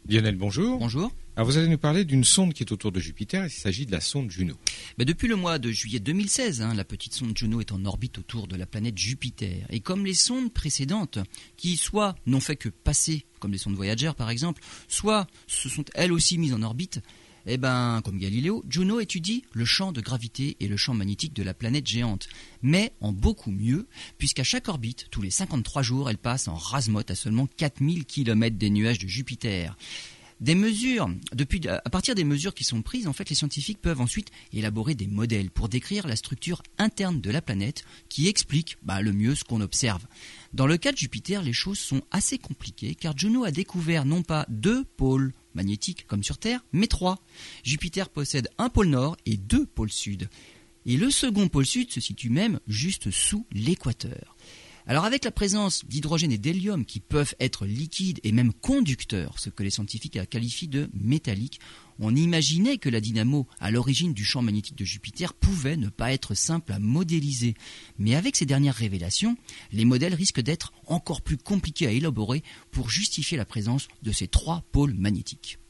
Lionel, bonjour. Bonjour. Alors vous allez nous parler d'une sonde qui est autour de Jupiter, il s'agit de la sonde Juno. Depuis le mois de juillet 2016, la petite sonde Juno est en orbite autour de la planète Jupiter. Et comme les sondes précédentes, qui soit n'ont fait que passer, comme les sondes Voyager par exemple, soit se sont elles aussi mises en orbite, comme Galileo, Juno étudie le champ de gravité et le champ magnétique de la planète géante. Mais en beaucoup mieux, puisqu'à chaque orbite, tous les 53 jours, elle passe en rase-motte à seulement 4000 km des nuages de Jupiter. À partir des mesures qui sont prises, en fait, les scientifiques peuvent ensuite élaborer des modèles pour décrire la structure interne de la planète qui explique le mieux ce qu'on observe. Dans le cas de Jupiter, les choses sont assez compliquées car Juno a découvert non pas 2 pôles magnétiques comme sur Terre, mais 3. Jupiter possède un pôle nord et 2 pôles sud. Et le second pôle sud se situe même juste sous l'équateur. Alors avec la présence d'hydrogène et d'hélium qui peuvent être liquides et même conducteurs, ce que les scientifiques qualifient de métalliques, on imaginait que la dynamo à l'origine du champ magnétique de Jupiter pouvait ne pas être simple à modéliser. Mais avec ces dernières révélations, les modèles risquent d'être encore plus compliqués à élaborer pour justifier la présence de ces 3 pôles magnétiques.